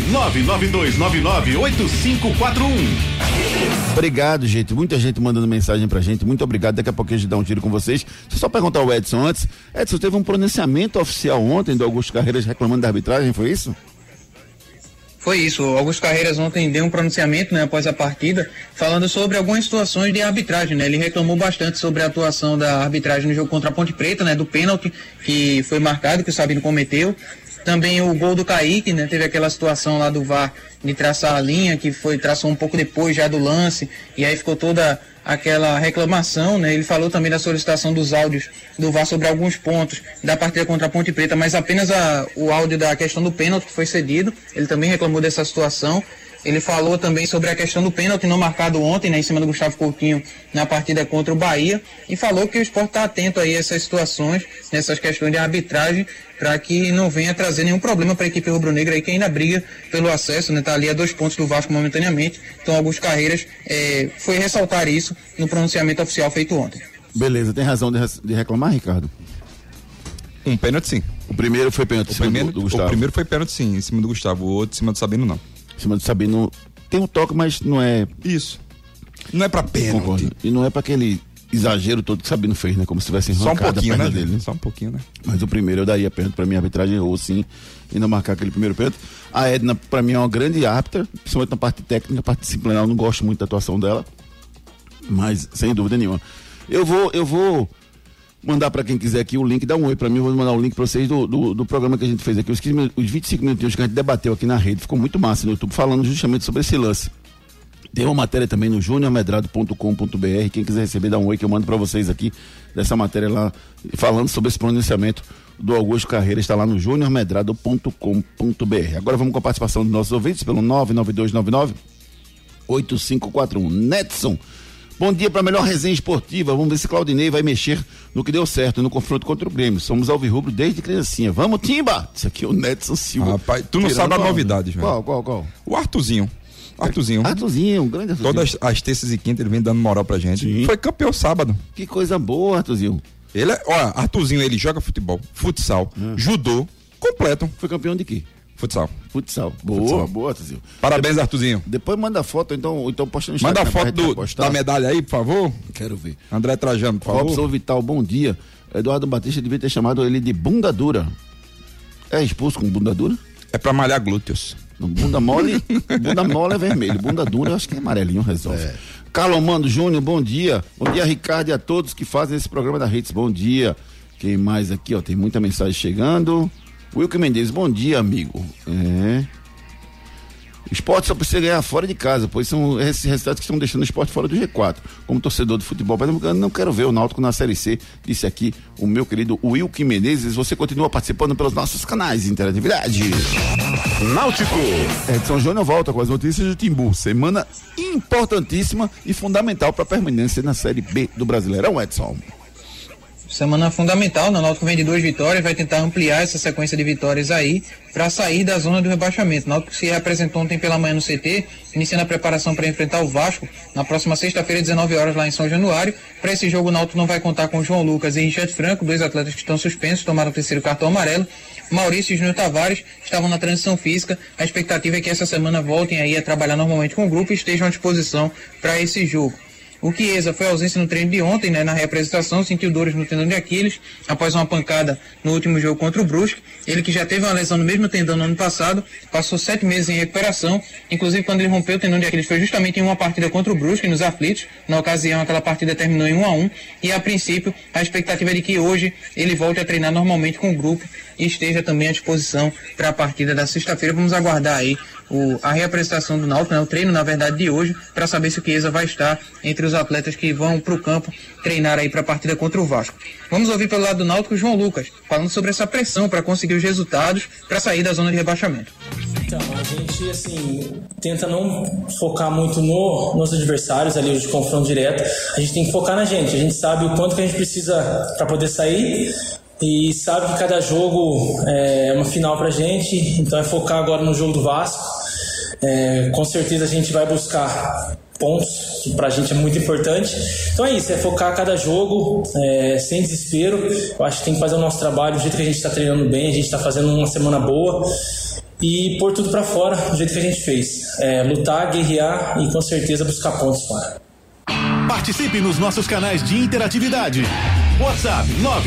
992998541. Obrigado, gente. Muita gente mandando mensagem pra gente. Muito obrigado. Daqui a pouco a gente dá um tiro com vocês. Deixa eu só perguntar ao Edson antes. Edson, teve um pronunciamento oficial ontem do Augusto Carreiras reclamando da arbitragem, foi isso? Foi isso, o Augusto Carreiras ontem deu um pronunciamento, né, após a partida, falando sobre algumas situações de arbitragem, né, ele reclamou bastante sobre a atuação da arbitragem no jogo contra a Ponte Preta, né, do pênalti que foi marcado, que o Sabino cometeu, também o gol do Kaique, né, teve aquela situação lá do VAR de traçar a linha, que traçou um pouco depois já do lance, e aí ficou toda aquela reclamação, né? Ele falou também da solicitação dos áudios do VAR sobre alguns pontos da partida contra a Ponte Preta, mas apenas o áudio da questão do pênalti que foi cedido. Ele também reclamou dessa situação. Ele falou também sobre a questão do pênalti não marcado ontem, né, em cima do Gustavo Coutinho na partida contra o Bahia, e falou que o Sport está atento aí a essas situações, nessas questões de arbitragem, para que não venha trazer nenhum problema para a equipe rubro-negra aí que ainda briga pelo acesso, né, tá ali a 2 pontos do Vasco momentaneamente. Então Augusto Carreiras foi ressaltar isso no pronunciamento oficial feito ontem. Beleza, tem razão de reclamar, Ricardo? Um pênalti sim. O primeiro foi pênalti em cima do Gustavo? O primeiro foi pênalti sim, em cima do Gustavo, o outro em cima do Sabino não. Em cima do Sabino tem um toque, mas não é... Isso. Não é pra pênalti. Concordo. E não é pra aquele exagero todo que o Sabino fez, né? Como se tivesse arrancado a perna dele. Só um pouquinho, né? Mas o primeiro eu daria pênalti pra mim, a arbitragem errou sim, e não marcar aquele primeiro pênalti. A Edna, pra mim, é uma grande árbitra, principalmente na parte técnica, na parte disciplinar, eu não gosto muito da atuação dela, mas sem dúvida nenhuma. Eu vou mandar pra quem quiser aqui o link, dá um oi pra mim, eu vou mandar o link pra vocês do programa que a gente fez aqui, os 25 minutinhos que a gente debateu aqui na rede, ficou muito massa no YouTube, falando justamente sobre esse lance. Tem uma matéria também no juniormedrado.com.br, quem quiser receber, dá um oi que eu mando pra vocês aqui, dessa matéria lá, falando sobre esse pronunciamento do Augusto Carreiras, está lá no juniormedrado.com.br. Agora vamos com a participação dos nossos ouvintes pelo 99299-8541. Netson, bom dia para a melhor resenha esportiva. Vamos ver se Claudinei vai mexer no que deu certo no confronto contra o Grêmio. Somos alvirrubro desde criancinha. Vamos, Timba! Isso aqui é o Netson Silva. Rapaz, tu não sabe a novidade, velho. Qual? O Arthurzinho, um grande Arthurzinho. Todas as terças e quintas ele vem dando moral pra gente. Sim. Foi campeão sábado. Que coisa boa, Arthurzinho. Arthurzinho, ele joga futebol, futsal, judô, completo. Foi campeão de quê? Futsal. Boa, Arthurzinho. Parabéns, Arthurzinho. Depois manda foto, então posta no Instagram. Manda a foto da medalha aí, por favor. Quero ver. André Trajano, por favor. Robson Vital, bom dia. Eduardo Batista devia ter chamado ele de bunda dura. É expulso com bunda dura? É pra malhar glúteos. Bunda mole é vermelho, bunda dura eu acho que é amarelinho, resolve. Calomando Júnior, bom dia. Bom dia, Ricardo, e a todos que fazem esse programa da Hits, bom dia. Quem mais aqui, tem muita mensagem chegando. Wilker Mendes, bom dia, amigo. O Sport só precisa ganhar fora de casa, pois são esses resultados que estão deixando o Sport fora do G4. Como torcedor de futebol pernambucano, não quero ver o Náutico na Série C, disse aqui o meu querido Wilkie Menezes. Você continua participando pelos nossos canais de interatividade. Náutico. Edson Júnior volta com as notícias do Timbu. Semana importantíssima e fundamental para a permanência na Série B do Brasileirão, Edson. Semana fundamental, o Náutico vem de 2 vitórias, vai tentar ampliar essa sequência de vitórias aí para sair da zona do rebaixamento. O Náutico se representou ontem pela manhã no CT, iniciando a preparação para enfrentar o Vasco na próxima sexta-feira, 19 horas, lá em São Januário. Para esse jogo, o Náutico não vai contar com João Lucas e Richard Franco, 2 atletas que estão suspensos, tomaram o 3º cartão amarelo. Maurício e Júnior Tavares estavam na transição física. A expectativa é que essa semana voltem aí a trabalhar normalmente com o grupo e estejam à disposição para esse jogo. O Chiesa foi ausência no treino de ontem, né, na reapresentação, sentiu dores no tendão de Aquiles após uma pancada no último jogo contra o Brusque. Ele que já teve uma lesão no mesmo tendão no ano passado, passou 7 meses em recuperação. Inclusive, quando ele rompeu o tendão de Aquiles foi justamente em uma partida contra o Brusque, nos aflitos. Na ocasião, aquela partida terminou em 1-1 e, a princípio, a expectativa é de que hoje ele volte a treinar normalmente com o grupo e esteja também à disposição para a partida da sexta-feira. Vamos aguardar aí a reapresentação do Náutico, né, o treino, na verdade, de hoje, para saber se o Chiesa vai estar entre os atletas que vão para o campo treinar aí para a partida contra o Vasco. Vamos ouvir pelo lado do Náutico o João Lucas, falando sobre essa pressão para conseguir os resultados para sair da zona de rebaixamento. Então, a gente, assim, tenta não focar muito nos adversários ali, de confronto direto. A gente tem que focar na gente. A gente sabe o quanto que a gente precisa para poder sair e sabe que cada jogo é uma final pra gente. Então é focar agora no jogo do Vasco. Com certeza a gente vai buscar pontos, que pra gente é muito importante. Então é isso, é focar cada jogo, sem desespero. Eu acho que tem que fazer o nosso trabalho do jeito que a gente está treinando bem, a gente está fazendo uma semana boa e pôr tudo pra fora do jeito que a gente fez. Lutar, guerrear e com certeza buscar pontos fora. Participe nos nossos canais de interatividade. WhatsApp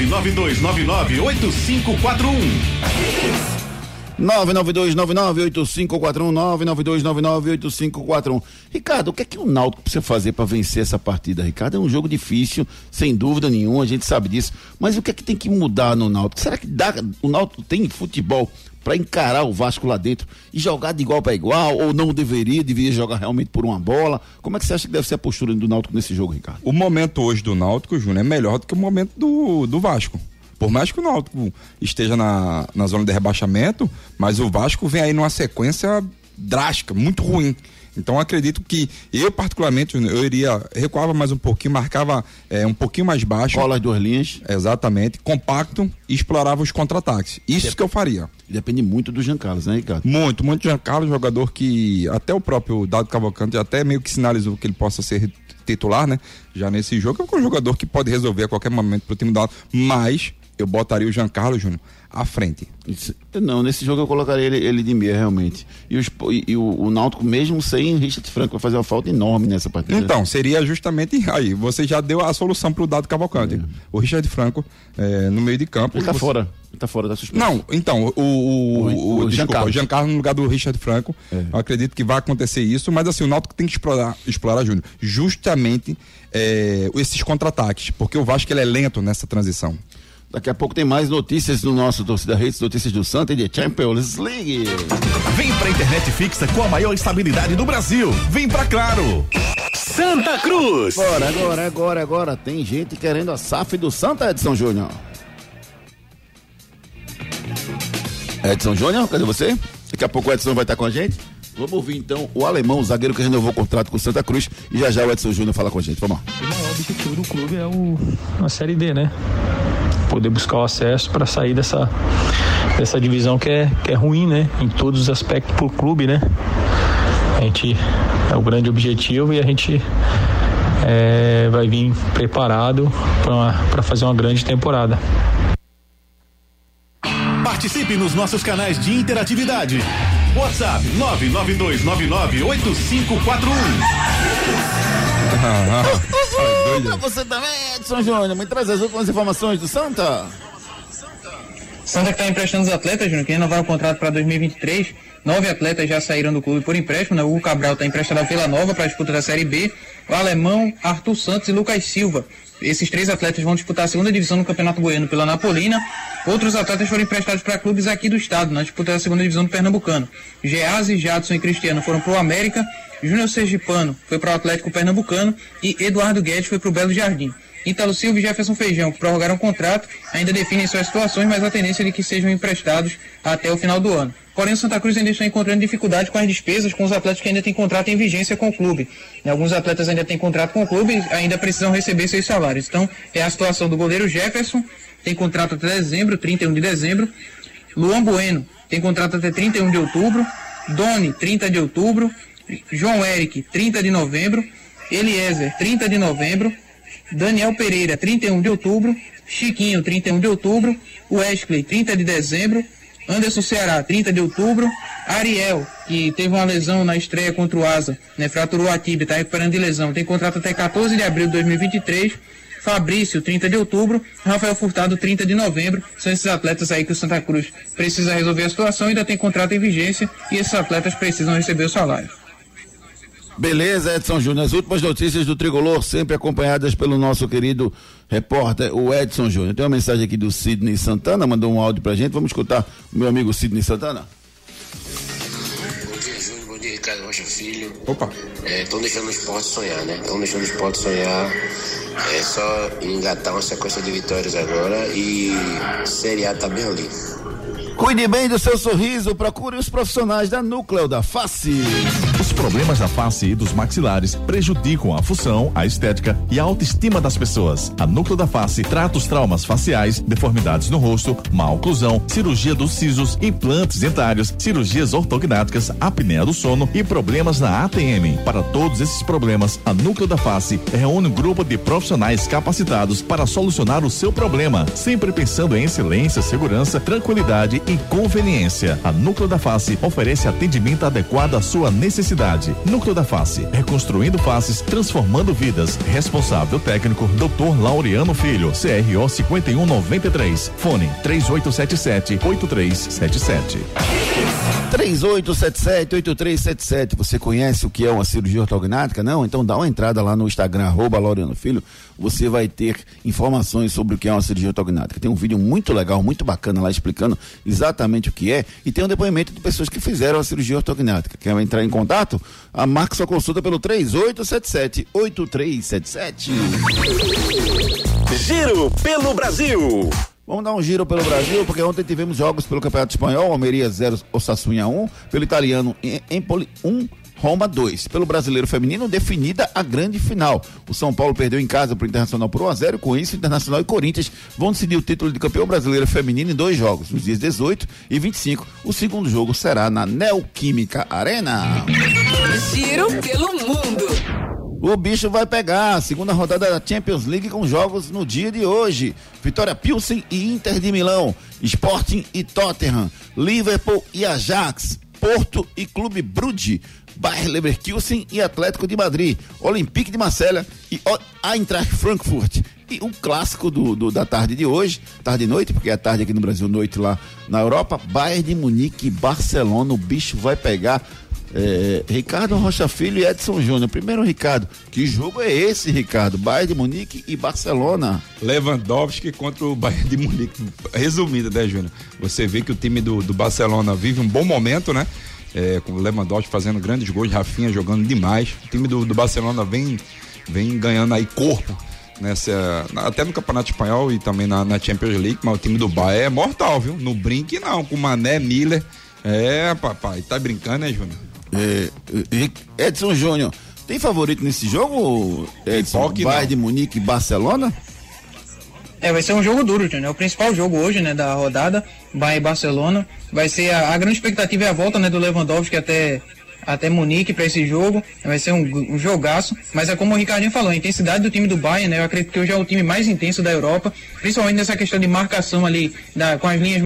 992998541. 992998541. Ricardo, o que é que o Náutico precisa fazer para vencer essa partida, Ricardo? É um jogo difícil, sem dúvida nenhuma, a gente sabe disso, mas o que é que tem que mudar no Náutico? Será que o Náutico tem futebol para encarar o Vasco lá dentro e jogar de igual para igual, ou não deveria jogar realmente por uma bola? Como é que você acha que deve ser a postura do Náutico nesse jogo, Ricardo? O momento hoje do Náutico, Júnior, é melhor do que o momento do Vasco. Por mais que o Náutico esteja na zona de rebaixamento, mas o Vasco vem aí numa sequência drástica, muito ruim. Então acredito que eu particularmente, recuava mais um pouquinho, marcava um pouquinho mais baixo. Cola as 2 linhas. Exatamente, compacto e explorava os contra-ataques. Isso que eu faria. Depende muito do Jean Carlos, né, Ricardo? Muito Jean Carlos, jogador que até o próprio Dado Cavalcante até meio que sinalizou que ele possa ser titular, né? Já nesse jogo, é um jogador que pode resolver a qualquer momento pro time do Náutico, mas eu botaria o Jean Carlos, Júnior, à frente. Não, nesse jogo eu colocaria ele de meia, realmente. E o Náutico, mesmo sem Richard Franco, vai fazer uma falta enorme nessa partida. Então, seria justamente aí. Você já deu a solução pro Dado Cavalcante. O Richard Franco, no meio de campo. Ele tá fora. Ele tá fora da suspense. Não, então, o Jean Carlos no lugar do Richard Franco. Eu acredito que vai acontecer isso, mas assim, o Náutico tem que explorar, Júnior, justamente esses contra-ataques, porque o Vasco ele é lento nessa transição. Daqui a pouco tem mais notícias do nosso Torcida Redes, notícias do Santa e de Champions League. Vem pra internet fixa com a maior estabilidade do Brasil. Vem pra Claro. Santa Cruz. Agora. Tem gente querendo a SAF do Santa, Edson Júnior. Edson Júnior, cadê você? Daqui a pouco o Edson vai estar com a gente. Vamos ouvir então o alemão, o zagueiro que renovou o contrato com o Santa Cruz, e já o Edson Júnior fala com a gente. Vamos lá. O maior objetivo do clube é a Série D, né? Poder buscar o acesso para sair dessa divisão que é ruim, né? Em todos os aspectos pro clube, né? A gente é o grande objetivo e a gente vai vir preparado para fazer uma grande temporada. Participe nos nossos canais de interatividade. WhatsApp 992998541. Você também, Edson Júnior, me traz as últimas informações do Santa. Santa que está emprestando os atletas, Júnior, que renovaram o contrato para 2023. 9 atletas já saíram do clube por empréstimo, né? O Hugo Cabral está emprestado ao Vila Nova para a disputa da Série B. O Alemão, Arthur Santos e Lucas Silva. Esses 3 atletas vão disputar a segunda divisão no Campeonato Goiano pela Napolina. Outros atletas foram emprestados para clubes aqui do estado, na disputa da segunda divisão do Pernambucano. Geazi, Jadson e Cristiano foram para o América. Júnior Sergipano foi para o Atlético Pernambucano. E Eduardo Guedes foi para o Belo Jardim. Ítalo Silva e Jefferson Feijão, que prorrogaram o contrato, ainda definem suas situações, mas a tendência é de que sejam emprestados até o final do ano. Porém, o Santa Cruz ainda está encontrando dificuldade com as despesas com os atletas que ainda têm contrato em vigência com o clube. E alguns atletas ainda têm contrato com o clube e ainda precisam receber seus salários. Então, é a situação do goleiro Jefferson, tem contrato até dezembro, 31 de dezembro. Luan Bueno tem contrato até 31 de outubro. Doni, 30 de outubro. João Eric, 30 de novembro. Eliezer, 30 de novembro. Daniel Pereira, 31 de outubro. Chiquinho, 31 de outubro. Wesley, 30 de dezembro. Anderson Ceará, 30 de outubro. Ariel, que teve uma lesão na estreia contra o Asa, né, fraturou a tíbia, está recuperando de lesão, tem contrato até 14 de abril de 2023. Fabrício, 30 de outubro. Rafael Furtado, 30 de novembro. São esses atletas aí que o Santa Cruz precisa resolver a situação, ainda tem contrato em vigência e esses atletas precisam receber o salário. Beleza, Edson Júnior. As últimas notícias do Tricolor, sempre acompanhadas pelo nosso querido repórter, o Edson Júnior. Tem uma mensagem aqui do Sidney Santana, mandou um áudio pra gente. Vamos escutar o meu amigo Sidney Santana. Bom dia, Júnior. Bom dia, Ricardo Rocha Filho. Opa. Estão deixando o esporte sonhar, né? Estão deixando o esporte sonhar. É só engatar uma sequência de vitórias agora e Série A tá bem ali. Cuide bem do seu sorriso, procure os profissionais da Núcleo da Face. Os problemas da face e dos maxilares prejudicam a função, a estética e a autoestima das pessoas. A Núcleo da Face trata os traumas faciais, deformidades no rosto, má oclusão, cirurgia dos sisos, implantes dentários, cirurgias ortognáticas, apneia do sono e problemas na ATM. Para todos esses problemas, a Núcleo da Face reúne um grupo de profissionais capacitados para solucionar o seu problema, sempre pensando em excelência, segurança, tranquilidade e conveniência. A Núcleo da Face oferece atendimento adequado à sua necessidade. Núcleo da Face, reconstruindo faces, transformando vidas. Responsável técnico, Dr. Laureano Filho, CRO 5193. Fone 3877-8377. 3877-8377. Você conhece o que é uma cirurgia ortognática? Não? Então dá uma entrada lá no Instagram, @Laureano Filho. Você vai ter informações sobre o que é uma cirurgia ortognática. Tem um vídeo muito legal, muito bacana lá explicando exatamente o que é, e tem um depoimento de pessoas que fizeram a cirurgia ortognática. Quer entrar em contato? Marque sua consulta pelo 3877-8377. Giro pelo Brasil. Vamos dar um giro pelo Brasil, porque ontem tivemos jogos pelo Campeonato Espanhol, Almeria 0, Osasuna 1, pelo italiano Empoli 1, Roma 2. Pelo brasileiro feminino, definida a grande final. O São Paulo perdeu em casa para o Internacional por 1-0, com isso, Internacional e Corinthians vão decidir o título de campeão brasileiro feminino em 2 jogos, nos dias 18 e 25. O segundo jogo será na Neoquímica Arena. Giro pelo mundo. O bicho vai pegar a segunda rodada da Champions League com jogos no dia de hoje. Vitória Pilsen e Inter de Milão, Sporting e Tottenham, Liverpool e Ajax, Porto e Clube Brugge, Bayer Leverkusen e Atlético de Madrid, Olympique de Marselha e Eintracht Frankfurt. E o clássico da tarde de hoje, tarde e noite, porque é tarde aqui no Brasil, noite lá na Europa, Bayern de Munique e Barcelona. O bicho vai pegar. Ricardo Rocha Filho e Edson Júnior. Primeiro, Ricardo, que jogo é esse, Ricardo? Bayern de Munique e Barcelona. Lewandowski contra o Bayern de Munique. Resumindo, né, Júnior? Você vê que o time do Barcelona vive um bom momento, né? Com o Lewandowski fazendo grandes gols, Rafinha jogando demais. O time do Barcelona vem ganhando aí corpo até no Campeonato Espanhol e também na Champions League, mas o time do Bayern é mortal, viu? No brinque não, com Mané, Miller. Papai, tá brincando, né, Júnior? Edson Júnior, tem favorito nesse jogo, Edson? Bayern de Munique e Barcelona? Vai ser um jogo duro, Júnior. É o principal jogo hoje, né, da rodada, Bayern e Barcelona. Vai ser a grande expectativa é a volta, né, do Lewandowski até Munique para esse jogo. Vai ser um jogaço, mas é como o Ricardinho falou, a intensidade do time do Bayern, né, eu acredito que hoje é o time mais intenso da Europa, principalmente nessa questão de marcação ali com as linhas